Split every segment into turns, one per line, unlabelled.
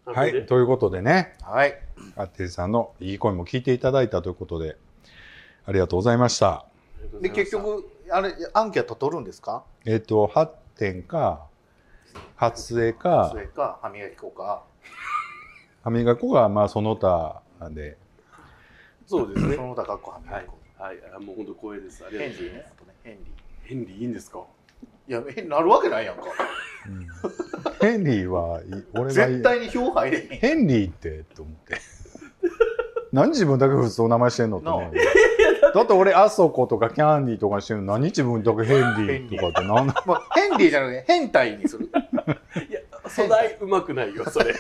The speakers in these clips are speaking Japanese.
はい、ということでね、
はい。
あってぃさんのいい声も聞いていただいたということで、ありがとうございました。
で、結局、あれ、アンケート取るんですか
8点か、発声か、
歯磨き粉か。
歯磨き粉が、まあ、その他で。
そうですね。その他かっこ歯磨き粉。
はい、もう本当光栄です。あり
ヘ
がとうございます。
ンリーね。あとね、ヘンリー。
ヘンリーいいんですか？
いや、なるわけないやんか。
ヘンリーは、俺が
絶対に票入れへん。
ヘンリーってと思って。何自分だけ普通の名前してんのってね。だって俺、あそことかキャンディーとかしてるの、何自分だけヘンリーとかって何な
の？ヘンリーじゃなくて、変態にする。
いや、素材うまくないよ、それ。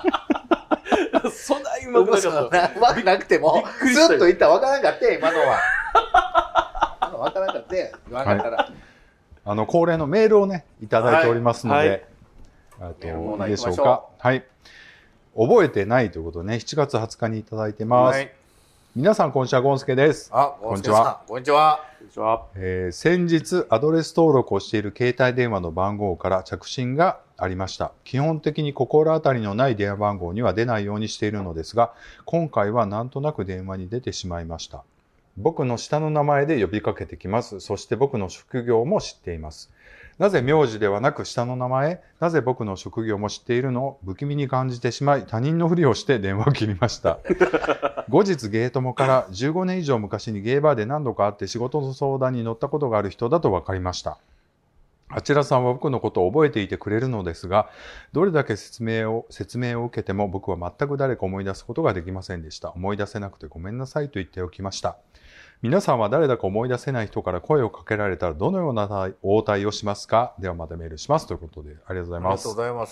素材うまくなかった。
うまくなくても、スッと言ったら分からんかって、今のは。分からんかって、言わんかったら。
恒例のメールをね、いただいておりますので、いいでしょうか。はい。覚えてないということでね、7月20日にいただいてます。はい、皆さん、こんにちは、ゴンスケです。
こんにちは。こんにちは。
先日、アドレス登録をしている携帯電話の番号から着信がありました。基本的に心当たりのない電話番号には出ないようにしているのですが、今回はなんとなく電話に出てしまいました。僕の下の名前で呼びかけてきます。そして僕の職業も知っています。なぜ名字ではなく下の名前、なぜ僕の職業も知っているのを不気味に感じてしまい、他人のふりをして電話を切りました。後日ゲートモから15年以上昔にゲーバーで何度か会って仕事の相談に乗ったことがある人だと分かりました。あちらさんは僕のことを覚えていてくれるのですが、どれだけ説明を受けても僕は全く誰か思い出すことができませんでした。思い出せなくてごめんなさいと言っておきました。皆さんは誰だか思い出せない人から声をかけられたらどのような応対をしますか？ではまたメールしますということで、ありがとうございます。
ありがとうございます。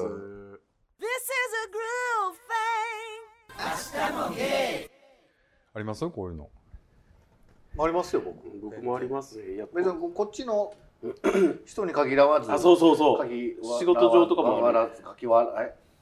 ありますよ、こういうの。
ありますよ、
僕もありますね。
別にこっちの人に限らず。
そう。仕事上とかも
変わらず。
関わ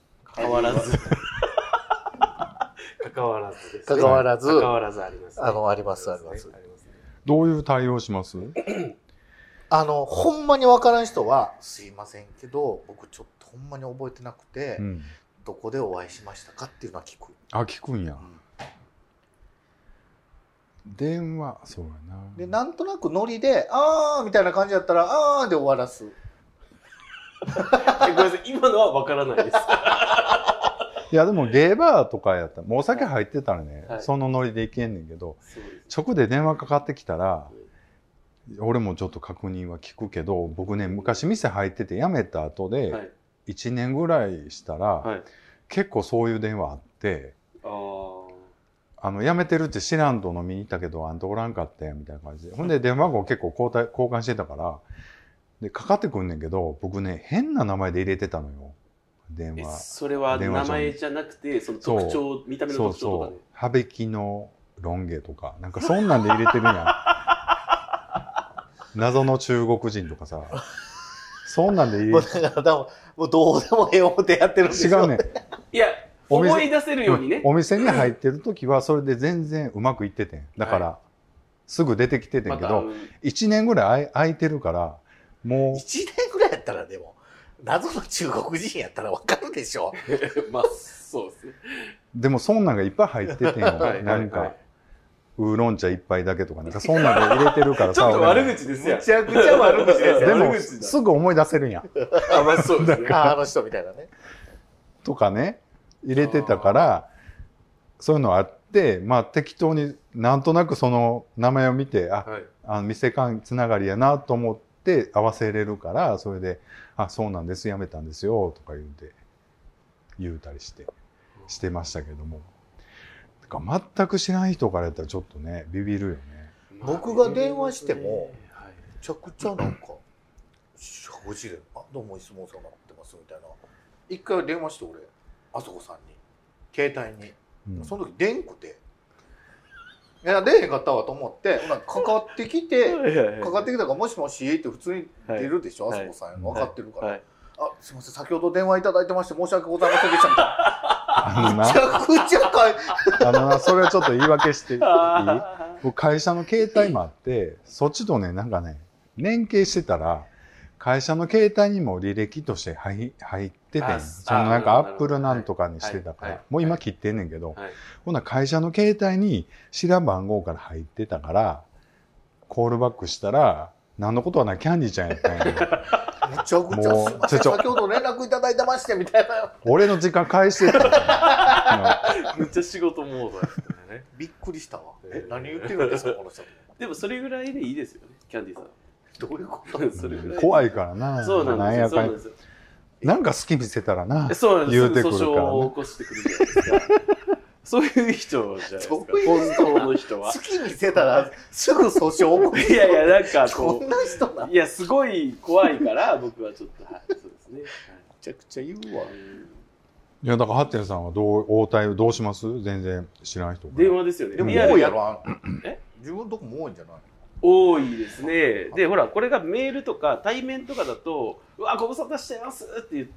らずあります、ね。
あります。
どういう対応します？
ほんまに分からん人は、すいませんけど、僕ちょっとほんまに覚えてなくて、どこでお会いしましたかっていうのは聞く。
聞くんや。電話、そうやな。
で、なんとなくノリで、みたいな感じだったら、で終わらす。
ごめんなさい、今のは分からないです。
いやでもゲーバーとかやったらもうお酒入ってたらね、そのノリでいけんねんけど、直で電話かかってきたら、俺もちょっと確認は聞くけど、僕ね昔店入ってて辞めた後で1年ぐらいしたら、結構そういう電話あって、辞めてるって知らんと飲みに行ったけどあんたおらんかったやみたいな感じで、ほんで電話番号結構交換してたからでかかってくんねんけど、僕ね変な名前で入れてたのよ。電話。
それは名前じゃなくて、その特徴、見た目の特徴とかね。
ハベキのロン毛とか、なんかそんなんで入れてるやん。謎の中国人とかさ、そんなんで入れてる。
もうどうでもええ思ってやってるんですよ。
違うね。
いや、思い出せるようにね。
お店に入ってる時はそれで全然うまくいっててん。だから、すぐ出てきててんけど、1年ぐらい空いてるから、もう。
1年ぐらいやったらでも、謎の中国人やったらわかるでしょ。
まあ、そうですね。
でもそんなんがいっぱい入っててんよ。なんか、ウーロン茶一杯だけとか、なんかそんなんで入れてるからさ。
ちょっと悪口ですよ。
めちゃくちゃ悪口ですよ。
でも、すぐ思い出せるんや。
まあそうですね。
あの人みたいなね。
とかね、入れてたから、そういうのあって、まあ適当になんとなくその名前を見て、店間つながりやなと思って合わせれるから、それで、そうなんです、辞めたんですよ、とか言うたりしてましたけども。全く知らない人からやったらちょっとね、ビビるよね。
僕が電話しても、めちゃくちゃなんか、正直で、どうもいつもお世話になってますみたいな。一回電話して俺、あそこさんに、携帯に。その時出んくて。いや、出へんかったわと思って、かかってきて、かかってきたからもしもしって普通に出るでしょ、あそこさん。分かってるから。すいません、先ほど電話いただいてまして申し訳ございませんでしたみたいな。めちゃくちゃ
それちょっと言い訳していい？僕会社の携帯もあって、そっちとね、なんかね、連携してたら、会社の携帯にも履歴として入っててん。そのなんかアップルなんとかにしてたから、もう今切ってんねんけど、ほな会社の携帯に知らん番号から入ってたから、コールバックしたら、何のことはないキャンディーちゃんやったんや。
むちゃくちゃすいません、先ほど連絡いただいてましてみたいな。
俺の時間返してた。
めっちゃ仕事モードやったね。
びっくりしたわ。何言ってるんですかこの人。
でもそれぐらいでいいですよね、キャンディーさん。
どういうこと
それぐらい。
怖いからな。
そうなんですよ。そうなんですよ。
なんか好き見せたらな。
そうなんですよ。
言うてくるから
訴訟を起こしてくるじゃないですか。そういう人じゃないですか。本当の人は。
好き見せたらすぐ訴訟起こる。
いやいや、なんかこ
こんな人な。
う。いや、すごい怖いから、僕はちょっと、はい、そうですね。
めちゃくちゃ言うわ。
いや、だからハッテンさんは応対どうします？全然知らん人。
電話ですよね。
でも多いやろ。自分のとこも多いんじゃない？
多いですね。で、ほら、これがメールとか対面とかだと、うわ、ご無沙汰してますって言って、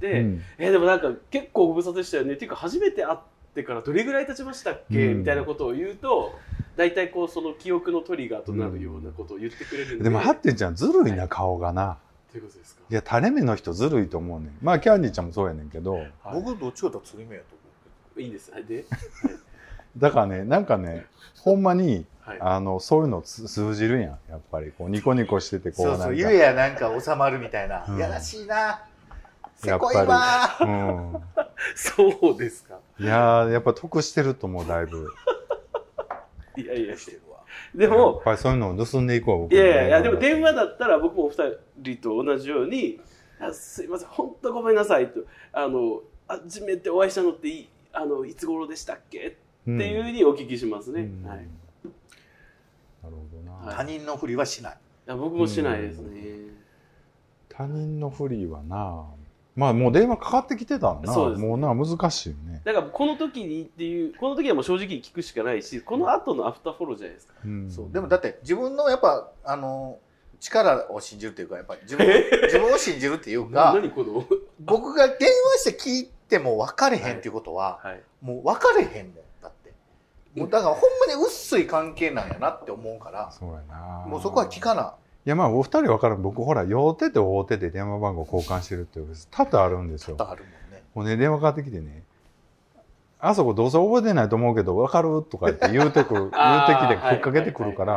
でもなんか結構ご無沙汰したよねっていうか、初めて会ってからどれぐらい経ちましたっけ、みたいなことを言うと、大体こう、その記憶のトリガーとなるようなことを言ってくれるんで。
でも、ハッテンちゃんずるいな、顔がな。
ということですか？
いや、垂れ目の人ずるいと思うねん。まあ、キャンディーちゃんもそうやねんけど。
僕どっちかというと釣り目やと思
う。いいです。で、
だからね、なんかね、ほんまに、そういうの通じるやん。やっぱり、こう、ニコニコしてて、こう、
そうそう、ゆえやなんか収まるみたいな。やらしいな。せこいわ。
そうですか。
いやー、やっぱ得してると思う、だいぶ。
いやいや、
してるわ。
でも、
やっぱりそういうのを盗んでいこう、僕。
いやいや、でも電話だったら僕もお二人と同じように、すいません、本当ごめんなさいと、初めてお会いしたのっていつ頃でしたっけっていうふうにお聞きしますね。はい。なる
ほどな。
他人のふりはしない。
僕もしないですね。
他人のふりはな、まあもう電話かかってきてたんな。もうな、難しいよね。
だからこの時にっていう、この時はもう正直に聞くしかないし、この後のアフターフォローじゃないですか。
そうでもだって自分のやっぱ力を信じるっていうか、やっぱり自分を信じるっていうか、僕が電話して聞いても分かれへんっていうことは、もう分かれへんもんだって。もうだからほんまに薄い関係なんやなって思うから、
そうやな。
もうそこは聞かな。
いやまあお二人分からん。僕ほら両手と大手で電話番号交換してるっていう多々あるんですよ。
多々あるもんね。
もうね、電話かかってきてね、あそこどうせ覚えてないと思うけど分かるとか言って言うてきてふっかけてくるから、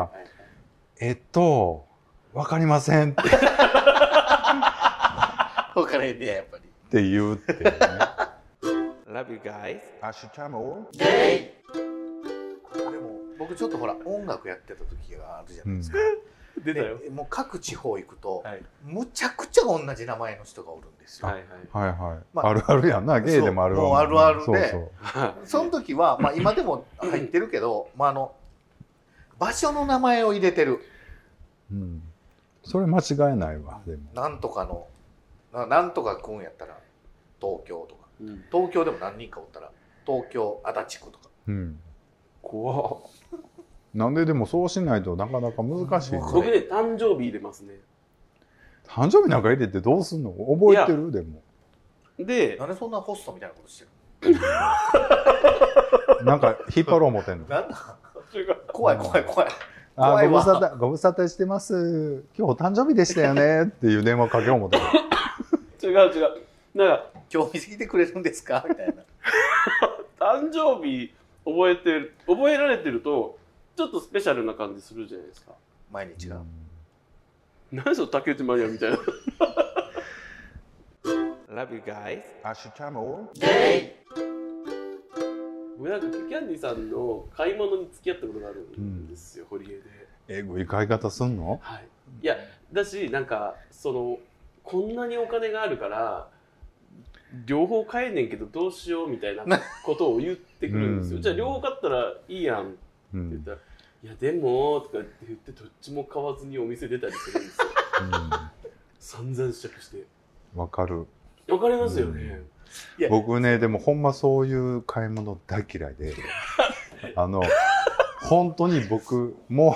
分かりませんって。
分からへんねやっぱり。
って言うってね。
Love you guys.
アシュチャモ
でも僕ちょっとほら音楽やってた時があるじゃないですか。
出たよ。
もう各地方行くと、むちゃくちゃ同じ名前の人がおるんですよ。
はいはい。あるあるやんな。ゲイでもある
もうあるあるで。その時は、まあ今でも入ってるけど、場所の名前を入れてる。
それ間違いないわ。でも。
なんとかくんやったら東京とか、東京でも何人かおったら東京足立区とか。
怖っ。
なんででもそうしないとなかなか難しい。
僕ね、誕生日入れますね。
誕生日なんか入れてどうすんの？覚えてる？でも。
で、
なんでそんなホストみたいなことしてる？
なんか引っ張ろう思ってんの？
なんだ？怖い。ご
無沙汰してます。今日お誕生日でしたよねっていう電話かけよう思ってる。
違う。なんか
今日見せてくれるんですかみたいな。
誕生日覚えられてると。ちょっとスペシャルな感じするじゃないですか。
毎日が。
何その竹内まりやみたいな。Love you guys.
アシュチャモ。
僕なんかキャンディさんの買い物に付き合ったことがあるんですよ、ホリエで。
英語買い方すんの？
はい。いや、だし、なんか、こんなにお金があるから、両方買えんねんけどどうしようみたいなことを言ってくるんですよ。じゃあ両方買ったらいいやん。って言ったら、いやでもとかって言ってどっちも買わずにお店出たりするんですよ。散々試着して。
わかる。
わかりますよね。
僕ね、でもほんまそういう買い物大嫌いで、本当に僕も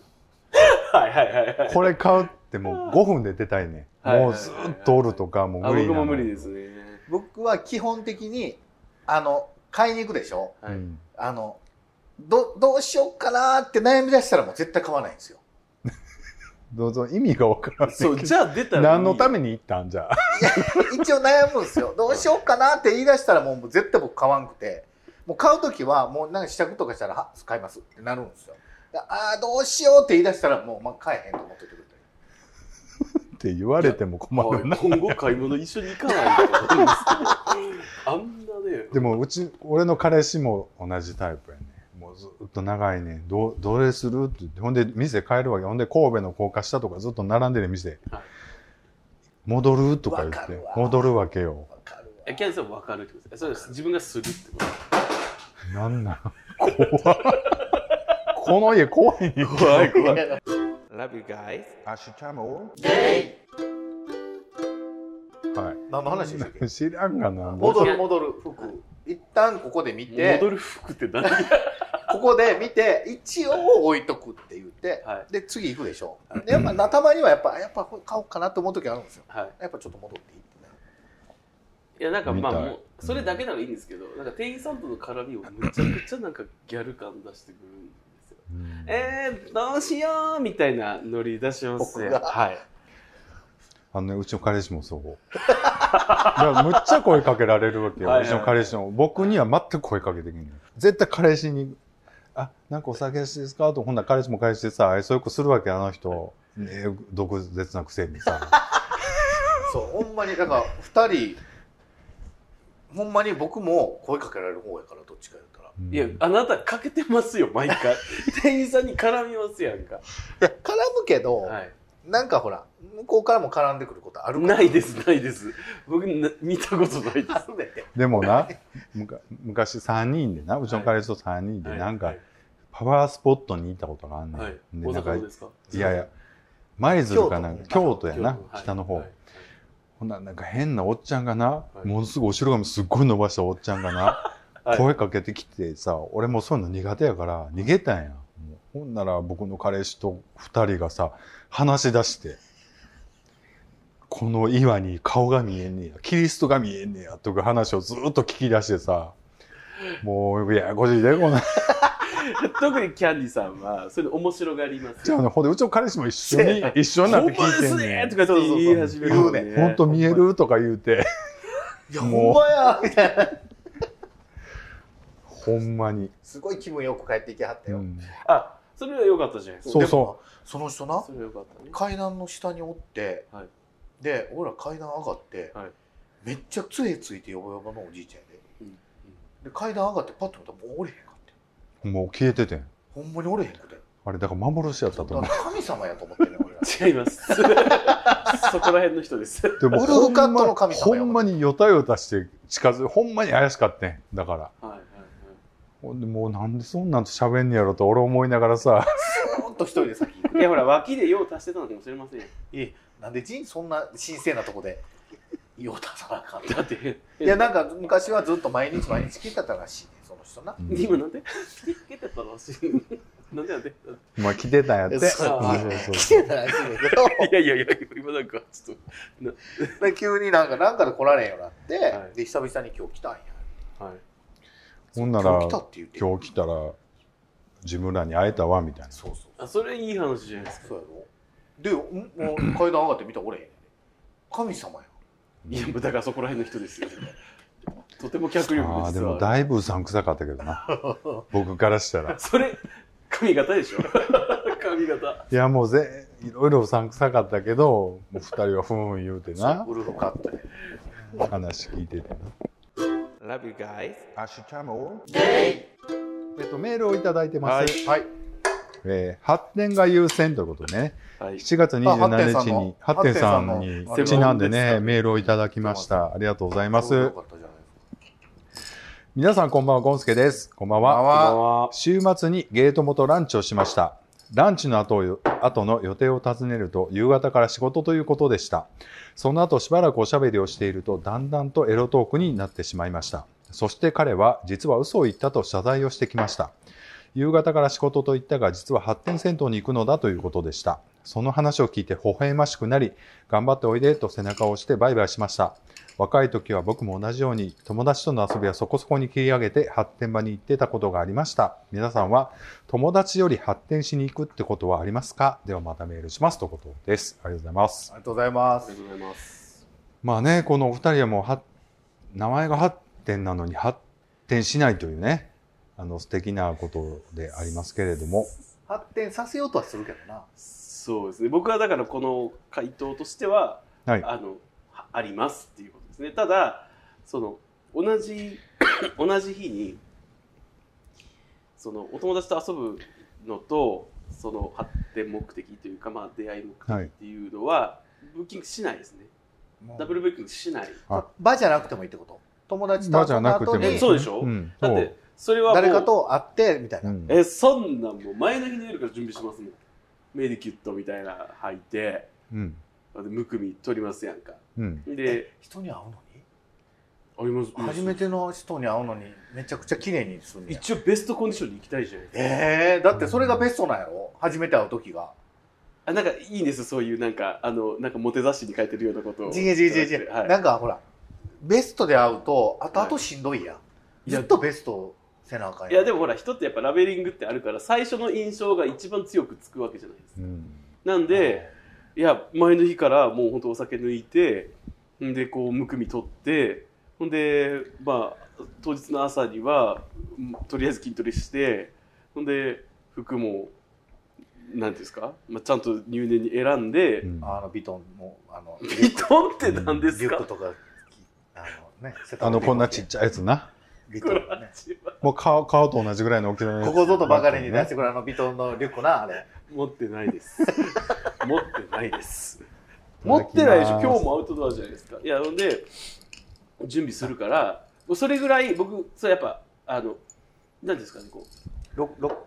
これ買うってもう5分で出たいね。もうずっとおるとかもう無理なの。
僕も無理ですね。
僕は基本的に買いに行くでしょ。どうしようかなって悩み出したらもう絶対買わないんですよ。
どうぞ意味が分からんねんけど
そう、じゃあ出たら
何のために行ったんじゃあ。
一応悩むんですよ。どうしようかなって言い出したらもう絶対僕買わんくて、もう買うときはもうなんか試着とかしたら、は買いますってなるんですよ。ああ、どうしようって言い出したらもう、買えへんと思っててくれて。
って言われても困るな。
今後買い物一緒に行かないと思うんですけど、あんなね。
でも俺の彼氏も同じタイプやね。もうずっと長いね。どれするって言って、ほんで店帰るわけ。ほんで神戸の高架下とかずっと並んでる店。
はい、
戻るとか言って戻るわけよ。
キャンさん分かるってことです。それ自分がするってこと。
なんなん怖い。この家怖いね。
怖い。Love you guys.
アシュチャモ
ゲイ
はい。
何の話でしたっけ？
知らんがな。
戻る服。一旦ここで見て、
戻る服って何？
ここで見て、一応置いとくって言って、
はい、
で、次行くでしょ。でやっぱたまにはやっぱ買おうかなと思う時あるんですよ。
はい、
やっぱちょっと戻っていいってね。
いや、なんかまあもう、それだけならいいんですけど、なんか店員さんとの絡みをむちゃくちゃなんかギャル感出してくるんですよ。どうしようみたいなノリ出しますね。はい。
うちの彼氏もそう。だからむっちゃ声かけられるわけよ。うちの彼氏も。僕には全く声かけてきんの。絶対彼氏に、なんかお酒ですかと、ほんなら彼氏も彼氏でさ、そういう子するわけ、あの人。毒舌なくせにさ。
そう、ほんまに、だから二人、ほんまに僕も声かけられる方やから、どっちか言ったら。
いや、あなたかけてますよ、毎回。店員さんに絡みますやんか。
いや、絡むけど、
はい、
なんかほら、向こうからも絡んでくることあるから。
ないです。僕見たことないです。
でもな、昔3人でな、うちの彼氏と3人で、なんか、パワースポットに行ったことがあんねん。
はい、
で
大阪ですか？
いや、舞鶴かなんか、京都やな、北の方。ほんならなんか変なおっちゃんがな、ものすごい後ろ髪すっごい伸ばしたおっちゃんがな、声かけてきてさ、俺もそういうの苦手やから逃げたんや。ほんなら僕の彼氏と2人がさ、話し出して、この岩に顔が見えんねや、キリストが見えんねや、とか話をずっと聞き出してさ、もう、ややこしいで、こんな。
特にキャンディさんは、それ面白がりますよ。
じゃあね、ほんで、うちの彼氏も一緒になって聞いてんねん。
とか言い始めるね。
ほんと見えるとか言うて。
いや、ほんまやみたいな。
ほんまに。
すごい気分よく帰っていきはったよ。
それは良かったじゃないです
か。そう。
その人な、
それは良かったね。
階段の下におって、で、俺ら階段上がって、めっちゃ杖ついてヨボヨボのおじいちゃんやで。で、階段上がってパッと見たらもうおれへんかって。
もう消えててん。
ほんまにおれへんくて。
あれだから幻やったと思う。
神様やと思ってんねん、俺
ら。違います。そこら辺の人です。
でも
ウルフカットの神様や。
ほんまにヨタヨタして近づいて、ほんまに怪しかったん。だから。ほんでもうなんでそんなんと喋んねやろと俺思いながらさ。
スーッと一人で先行く。
いやほら脇で用足してたのかもしれませんよ。
なんでそんな神聖なとこで用足さなあかんの。
だって
いやなんか昔はずっと毎日聞いてたらしいね、その人な。
今なんで聞いてたらしい。なんでなんで。
まあ来てたんやって。
来てたらしいねんけど。
いや今なんかちょっ
と。急になんかで来られんようになって、で久々に今日来たんや。
ほんなら今日来たら自分らに会えたわみたいな。
そう。
それいい話じゃないですか。
そうやろ。でもう階段上がって見たらおれへんねん。神様や。
いやだからそこら辺の人ですよ。とても脚力です。
でもだいぶうさんくさかったけどな。僕からしたら。
それ髪型でしょ。髪型。
いやもういろいろうさんくさかったけど、もう2人はふん言うてな。
ウルフカットで
話聞いててな。
Love you guys.
アシュチャモメールをいただいてます。
はい。
発展が優先ということでね、7月27日に発展さんにちなんでね、メールをいただきました。ありがとうございます。皆さんこんばんは、ゴンスケです。こんばんは。週末にゲート元ランチをしました。ランチの後の予定を尋ねると、夕方から仕事ということでした。その後しばらくおしゃべりをしていると、だんだんとエロトークになってしまいました。そして彼は、実は嘘を言ったと謝罪をしてきました。夕方から仕事と言ったが、実は発展センターに行くのだということでした。 その話を聞いて微笑ましくなり、頑張っておいでと背中を押してバイバイしました。若い時は僕も同じように友達との遊びはそこそこに切り上げて発展場に行ってたことがありました。皆さんは友達より発展しに行くってことはありますか？ではまたメールしますということです。ありがとうございます。
ありがとうございます
ありがとうございます。
まあね、このお二人はもう名前が発展なのに発展しないというね、素敵なことでありますけれども。
発展させようとはするけどな。
そうですね。僕はだからこの回答としては、
はい、
ありますっていうことですね。ただ同じ日にお友達と遊ぶのと発展目的というか、まあ、出会い目的っていうのはブッキングしないですね。ダブルブッキングしない。
場じゃなくてもいいってこと？友達と遊んだ後に。
そうでしょ、だってそれは
誰かと会ってみたいな、
そんなんもう前の日の夜から準備しますもん。メディキュットみたいな履いて、むくみ取りますやんか、で
人に会うのに
あります。
初めての人に会うのにめちゃくちゃ綺麗にするんや。
一応ベストコンディションに行きたいじゃないです
か。だってそれがベストなんやろ、初めて会う時が。
なんかいいんですよ、そういうなんかモテ雑誌に書いてるようなことを。
違う、なんかほらベストで会うと後々しんどいやん、ずっとベストせなあかんやん。
いやでもほら、人ってやっぱラベリングってあるから、最初の印象が一番強くつくわけじゃないですか、なんでいや前の日からもう本当お酒抜いて、んでこうむくみ取って、ほんでまあ当日の朝にはとりあえず筋トレして、ほんで服もなんていうんですか、まあ、ちゃんと入念に選んで、
ビトンも
ビトンって何ですか？
リュックとか
こんなちっちゃいやつな。
ビトンね。
もう顔と同じぐらいの大きさのやつ。
ここぞとばかりに出してくるビトンのリュックな、あれ。
持ってないです。持ってないです。持ってないでしょ。今日もアウトドアじゃないですか。いや、ほんで準備するから、それぐらい僕それやっぱ何ですかね、こう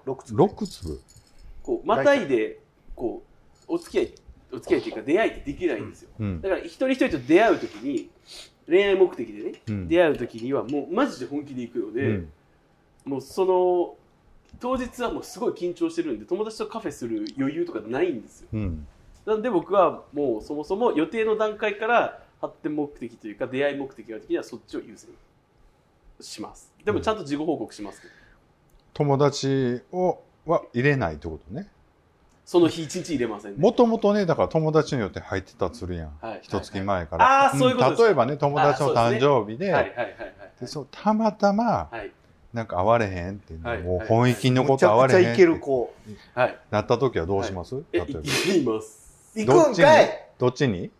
6粒
こうまたいでこうお付き合いっていうか出会いってできないんですよ、だから一人一人と出会うときに恋愛目的でね、出会うときにはもうマジで本気で行くので、もう当日はもうすごい緊張してるんで友達とカフェする余裕とかないんですよ、なんで僕はもうそもそも予定の段階から発展目的というか出会い目的があるときにはそっちを優先します。でもちゃんと事後報告しますけど、
友達は入れないってことね。
その日一日入れませんね。
もともとね、だから友達によって入ってたつるやん。一月前か
ら。そういうことです。
例えばね、友達の誕生日で、たまたま、なんか会われへんっていうの、もう本意気のこと会われへんってなった時はどうします？
行きます。
行くんかい？
どっちに？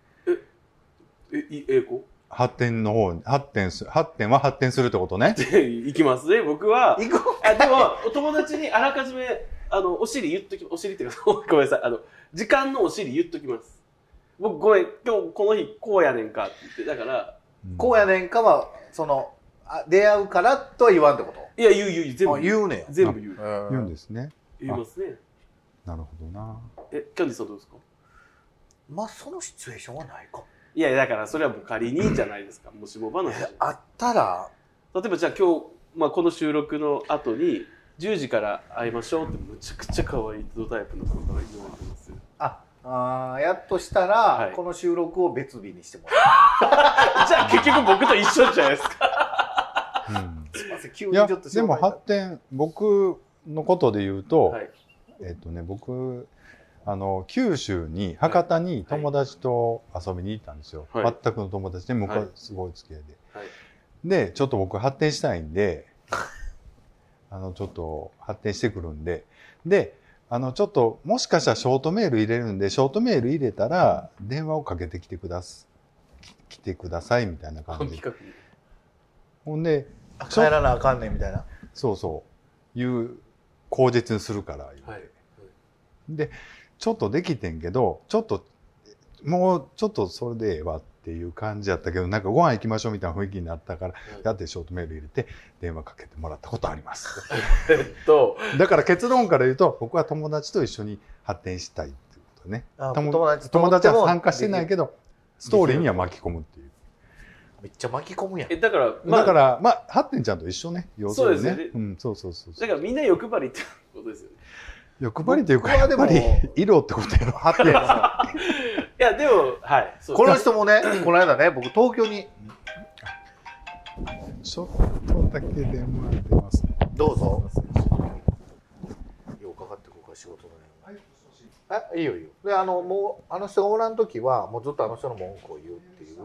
発展の方に、発展は発展するってことね。
行きますね、僕は。でも、お友達にあらかじめ、お尻言っときます。お尻っていうか、ごめんなさい。時間のお尻言っときます。僕、ごめん、今日この日こうやねんかって言って、だから。
こうやねんかは、出会うからとは言わんってこと？
いや、言う、全部
言うね。
全部言う。
言うんですね。
言いますね。
なるほどな。
キャンディーさんどうですか？
まあ、そのシチュエーションはないか。
いや、だからそれはもう仮にじゃないですか。もしも話。
あったら
例えばじゃあ今日、まあ、この収録の後に10時から会いましょうってむちゃくちゃ可愛いドタイプの子から言われてますよ。
やっとしたら、この収録を別日にしてもら
う。じゃあ結局僕と一緒じゃないですか。
すいません、急にちょっと
でも発展、僕のことで言うと、僕九州に博多に友達と遊びに行ったんですよ、全くの友達で、向こうすごい付き合いで、でちょっと僕発展したいんでちょっと発展してくるんでちょっともしかしたらショートメール入れるんでショートメール入れたら電話をかけてきてくださいみたいな感じで、ほんで
帰らなあかんねんみたいな、
そういう口実にするから言って、でちょっとできてんけどもうちょっとそれでええわっていう感じやったけど、なんかご飯行きましょうみたいな雰囲気になったから、やってショートメール入れて電話かけてもらったことあります。だから結論から言うと僕は友達と一緒に発展したいっていうことね。友達は参加してないけどストーリーには巻き込むっていう。
めっちゃ巻き込むやん。
だから
まあ発展ちゃんと一緒ね。
そうですよね。
そう。
だからみんな欲張りってことですよね。
欲張りというか、
僕はでも
やっぱり色ってことやろ。
貼ってるさ。
いやでもはいそう
この人もね、この間ね、僕東京に、
ちょっとだけ電話出ますね。
どうぞ。ようかかってこうか仕事のね。いいよいいよ。で、もう、あの人がおらんときは、もうずっとあの人の文句を言うっていう。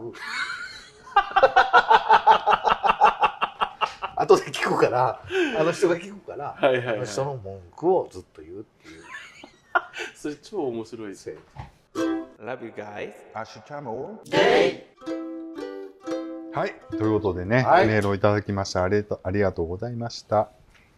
後で聞くから、あの人が聞くから、
はいはいはい
あの人の文句をずっと言うっていう。
それ超面白いですよ Love you guys
アッシュチャムはい。ということでね、
はい
メールをいただきました。ありがとうございました。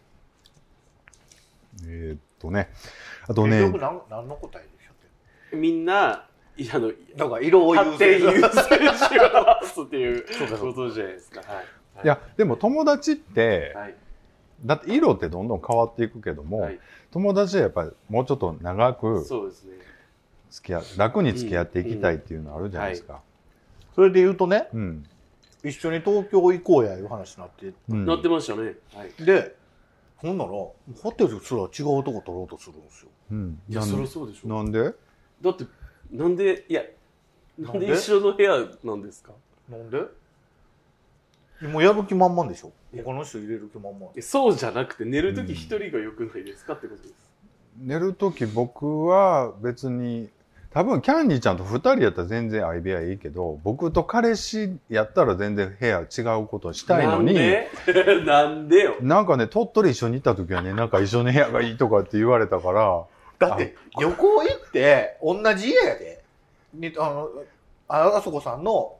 あとね
結、局何の答えでしょって。
みんな
だから色を優
勝手に優
先
先しますっていう
そうかそうか
ことじゃないですか。はい。
いや、でも友達って、
はい。
だって色ってどんどん変わっていくけども、
はい。
友達はやっぱりもうちょっと長く
そうですね。
楽に付き合っていきたいっていうのあるじゃないですか。
それで言うとね、
うん。
一緒に東京行こうやいう話になって、
うん
なってましたね。はい。
で、ほんなら、ホテルすら違うとこ取ろうとするんですよ。
うん。
いや、そりゃそうでしょ。
なんで
だって、なんで一緒の部屋なんですか？
なんでもうやる気満々でしょ。他の人入れる気満々。
そうじゃなくて、寝るとき一人が良くないですかってことです。
寝るとき僕は別に、多分キャンディーちゃんと2人やったら全然相部屋いいけど、僕と彼氏やったら全然部屋違うことしたいのに、
なんでよ。
なんかね、鳥取一緒に行った時はね、なんか一緒の部屋がいいとかって言われたから、
だって、旅行行って、同じ家やで。あそこさんの、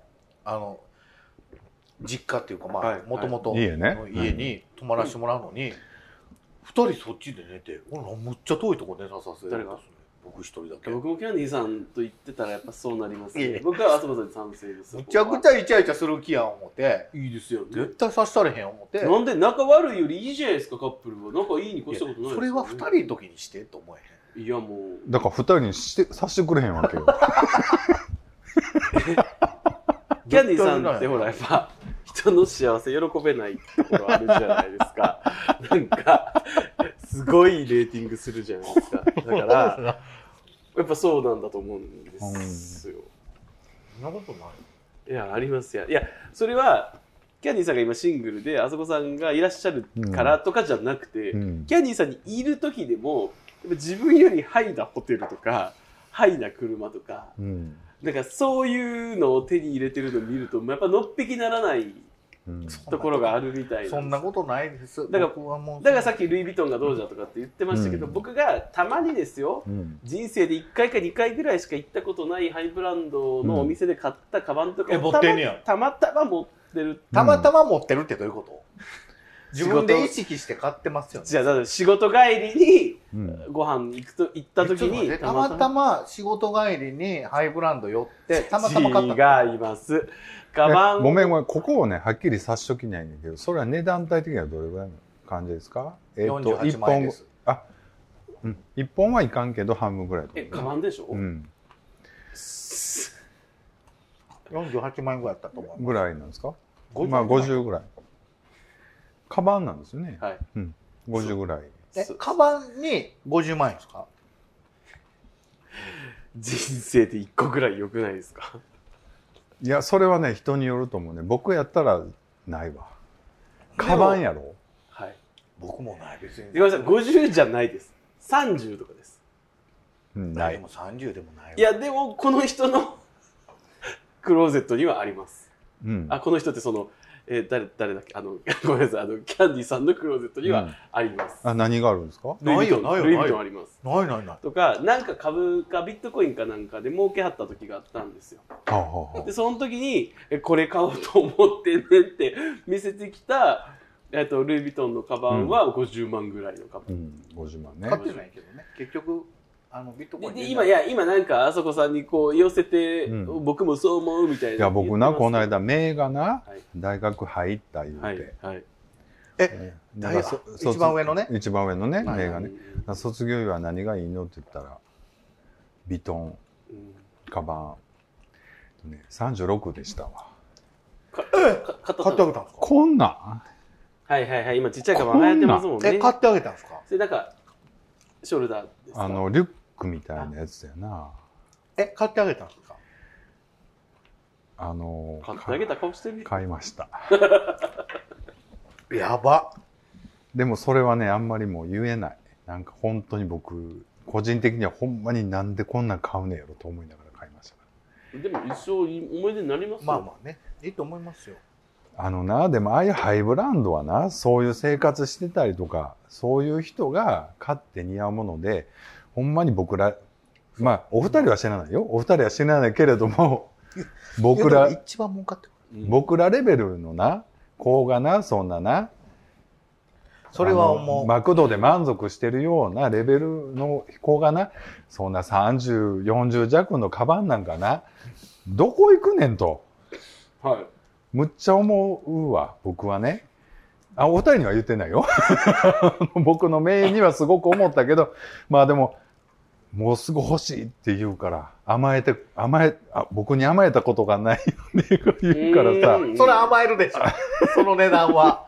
実家っていうか、まあ、もともとの
家ね
家に泊まらせてもらうのに、二人そっちで寝て、むっちゃ遠いとこ寝させる。
誰が？
僕一人だけ。
僕もキャンディーさんと言ってたらやっぱそうなります
いえ
ね。僕はあそこさんに賛成です。
むちゃくちゃイチャイチャする気や思って、
いいですよね。
絶対させたれへん思って。
なんで仲悪いよりいいじゃないですか、カップルは。仲いいに越したことないですよね。
それは二人の時にしてと思えへん。
いやもう。
だから2人にさせてくれへんわけよ。
キャンディーさんってほらやっぱ人の幸せ喜べないところあるじゃないですか。なんかすごいレーティングするじゃないですか。だからやっぱそうなんだと思うんですよ。
そんなことない。
いやありますよ。いやそれはキャンディーさんが今シングルであそこさんがいらっしゃるからとかじゃなくて、キャンディーさんにいる時でもやっぱ自分よりハイなホテルとかハイな車とか。なんかそういうのを手に入れてるのを見るとやっぱのっぴきならないところがあるみたいな。
そんなことないです。
だからさっきルイ・ヴィトンがどうじゃとかって言ってましたけど、僕がたまにですよ、人生で1回か2回ぐらいしか行ったことないハイブランドのお店で買ったカバンとかをたまたま持ってる。
たまたま持ってるってどういうこと？自分で意識して買ってますよね。
じゃあだから仕事帰りにご飯行った時に
たまたま仕事帰りにハイブランド寄ってたまたま買った。
違います。カバン
ごめんここをねはっきりさしときないんだけど、それは値段帯的にはどれぐらいの感じですか
？48万円です。
1本はいかんけど半分ぐらい。
カバンでしょ
？48万円ぐらいだったと思う。
ぐらいなんですか？まあ50ぐらい。カバンなんですよね。
はい。
50ぐらい。
カバンに50万円ですか？
人生で1個ぐらい良くないですか？
いや、それはね、人によると思うね。僕やったらないわ。カバンやろ？
はい。
僕もない、別に。
ごめんなさい、50じゃないです。30とかです。
ない。
でも30でもないわ。
いや、でもこの人のクローゼットにはあります。この人ってその、誰だっけごめんなさい、キャンディーさんのクローゼットにはあります。
何があるんですか？
ないよ、ないよ。
ルイ・ヴィトンあります。
ない。
とか、なんか株かビットコインかなんかで儲けはった時があったんですよ。で、その時に、これ買おうと思ってねって見せてきた、ルイ・ヴィトンのカバンは50万ぐらいのカバン。
50万ね。
買ってないけどね。結局、ビットコイン
で今なんかあそこさんにこう寄せて、僕もそう思うみたいな。
いや、僕な、この間、メイがな、大学入った言うて。
一番上のね。
一番上のね、メイがね。卒業は何がいいのって言ったら、ヴィトン、カバン、36でしたわ。
買ってあげたんですか？
こんなん
はい、今ちっちゃいカバン流行ってますもんね。
買ってあげたんですか？
それなんか、 ショルダーですか？
リュックみたいなやつだよな。
買ってあげたんですか？
買ってあげた顔してる。
買いました。
やば。
でもそれはね、あんまりもう言えない。なんか本当に僕、個人的にはほんまになんでこんなん買うねやろと思いながら買いました。
でも一生思い出になりますよ。
まあまあね、いいと思いますよ。
でもああいうハイブランドはな、そういう生活してたりとか、そういう人が買って似合うもので、ほんまに僕ら、まあ、お二人は知らないよ。お二人は知らないけれども、僕ら
一番儲かってる。
僕らレベルのな、子がな、そんなな、
それはもう。
マクドで満足してるようなレベルの子がな、そんな30、40弱のカバンなんかな、どこ行くねんと。
はい。
むっちゃ思うわ、僕はね。お二人には言ってないよ。僕の名にはすごく思ったけど、まあでも、もうすぐ欲しいって言うから、僕に甘えたことがないよね、言うからさ。
それ甘えるでしょ。その値段は。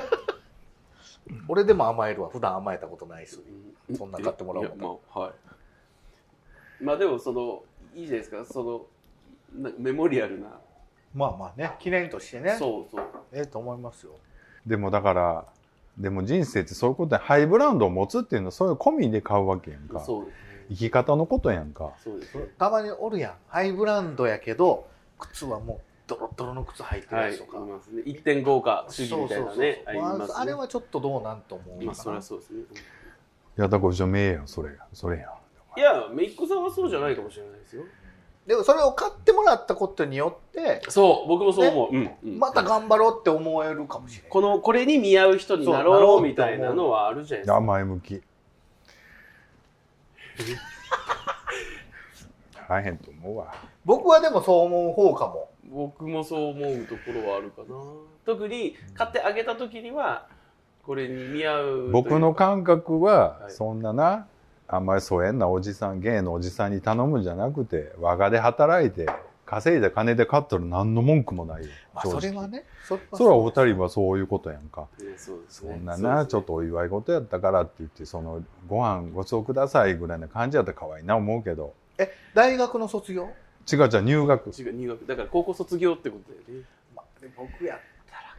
俺でも甘えるわ。普段甘えたことないし。そんな買ってもらおうか。
まあ、はい。まあでも、いいじゃないですか、メモリアルな。
まあまあね、記念としてね。
そうそう。
と思いますよ。
でもだから、でも人生ってそういうことで、ハイブランドを持つっていうのはそういう込みで買うわけやんか。
そうですね。
生き方のことやんか。
そうですね。
たまにおるやん。ハイブランドやけど、靴はもうドロドロの靴履いてるやつとか。
はい、いますね。1.5か主義みたいなね。
あれはちょっとどうなんと思うかな。
まあ、そりゃそうですね。
いや、だからじゃあ名やん、それやん。
いや、めいっ子さんはそうじゃないかもしれないですよ。
でもそれを買ってもらったことによって、
そう、僕もそう思う。
また頑張ろうって思えるかもしれない。
これに見合う人になろうみたいなのはあるじゃないですか。
前向き。大変と思うわ。
僕はでもそう思う方かも。
僕もそう思うところはあるかな。特に買ってあげた時にはこれに見合う。
僕の感覚はそんなな、あんまり疎遠なおじさん、芸のおじさんに頼むんじゃなくて、我がで働いて稼いだ金で買ったら何の文句もないよ。
それはね。
それはお二人はそういうことやんか。
そうですね。
そんなな、ちょっとお祝い事やったからって言って、ご飯ごちそうくださいぐらいな感じやったら可愛いな思うけど。
大学の卒業？
違う、じゃあ入学。
入学。だから高校卒業ってことだよね。
僕やったら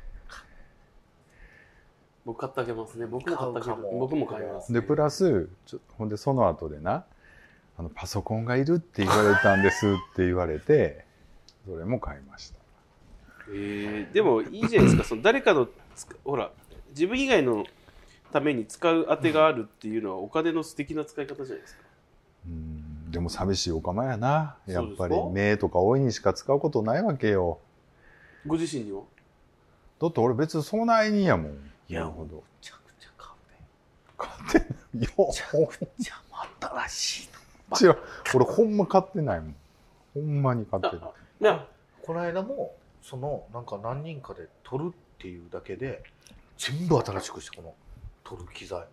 僕買ってあげますね。僕も買います、
で、プラス、ほんでその後でな、パソコンがいるって言われたんですって言われて、それも買いました。
でもいいじゃないですか。誰かの、ほら、自分以外のために使う当てがあるっていうのはお金の素敵な使い方じゃないですか。
でも寂しいおかまやな。やっぱり目とか大いにしか使うことないわけよ。
ご自身には？
だって俺別にそないにやもん。
なるほど。めちゃくちゃ
買ってないよ。
めちゃくちゃ新しいの。
違う。俺ほんま買ってないもん。ほんまに買ってない。
この間もなんか何人かで撮るっていうだけで全部新しくして、この撮る機材。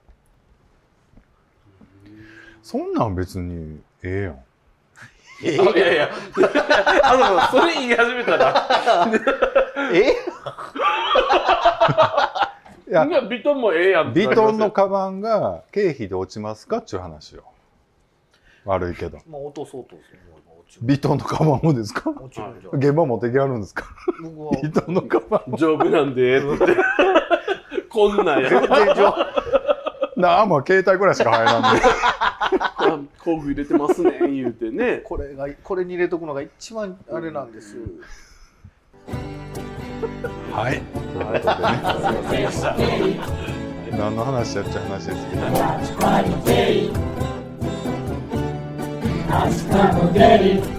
そんなん別にええ
い
やん。
やいやそれ言い始めたらいやビトンもええやん。
ビトンのカバンが経費で落ちますかっちゅう話よ。悪いけど。
まあ落とそうと
ビトンのカバンもですか？
もちろんじゃん。
現場持ってきあるんですか？ビトンのカバン。
丈夫なんでってこんなんや。全然
まあ携帯ぐらいしか入らんで。
工具入れてますね言うてね。
これに入れとくのが一番あれなんです。
はい。ということでね。何の話やっちゃう話ですけど。明日も出る